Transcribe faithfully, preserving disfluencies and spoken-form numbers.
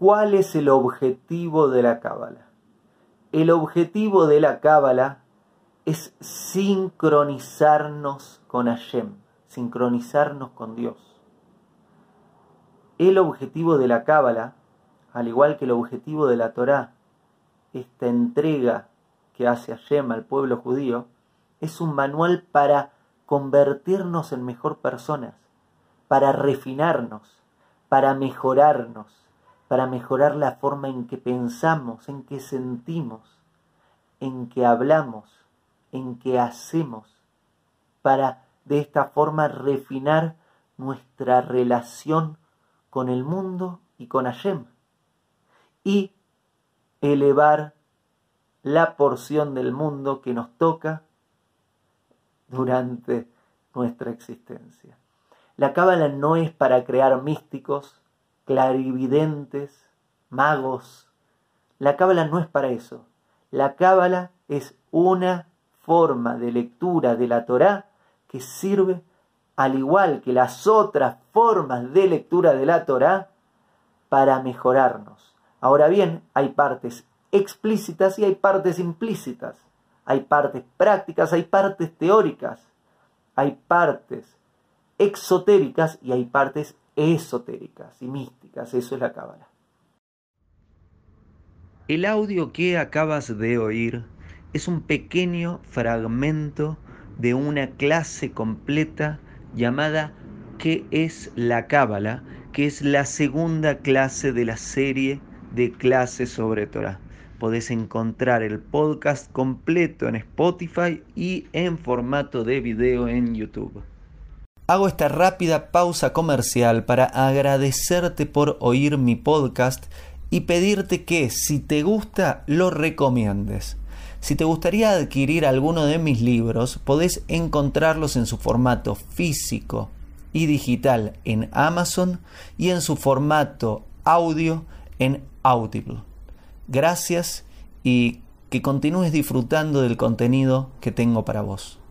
¿cuál es el objetivo de la cábala? El objetivo de la cábala es sincronizarnos con Hashem, sincronizarnos con Dios. El objetivo de la cábala, al igual que el objetivo de la Torá, esta entrega que hace Hashem al pueblo judío, es un manual para convertirnos en mejor personas, para refinarnos, para mejorarnos, para mejorar la forma en que pensamos, en que sentimos, en que hablamos, en que hacemos, para de esta forma refinar nuestra relación con el mundo y con Hashem, y elevar la porción del mundo que nos toca durante nuestra existencia. La cábala no es para crear místicos, clarividentes, magos. La cábala no es para eso. La cábala es una forma de lectura de la Torá que sirve, al igual que las otras formas de lectura de la Torá, para mejorarnos. Ahora bien, hay partes explícitas y hay partes implícitas. Hay partes prácticas, hay partes teóricas. Hay partes exotéricas y hay partes esotéricas y místicas. Eso es la cábala. El audio que acabas de oír es un pequeño fragmento de una clase completa llamada ¿Qué es la cábala?, que es la segunda clase de la serie de clases sobre Torá. Podés encontrar el podcast completo en Spotify y en formato de video en YouTube. Hago esta rápida pausa comercial para agradecerte por oír mi podcast y pedirte que, si te gusta, lo recomiendes. Si te gustaría adquirir alguno de mis libros, podés encontrarlos en su formato físico y digital en Amazon y en su formato audio en Audible. Gracias y que continúes disfrutando del contenido que tengo para vos.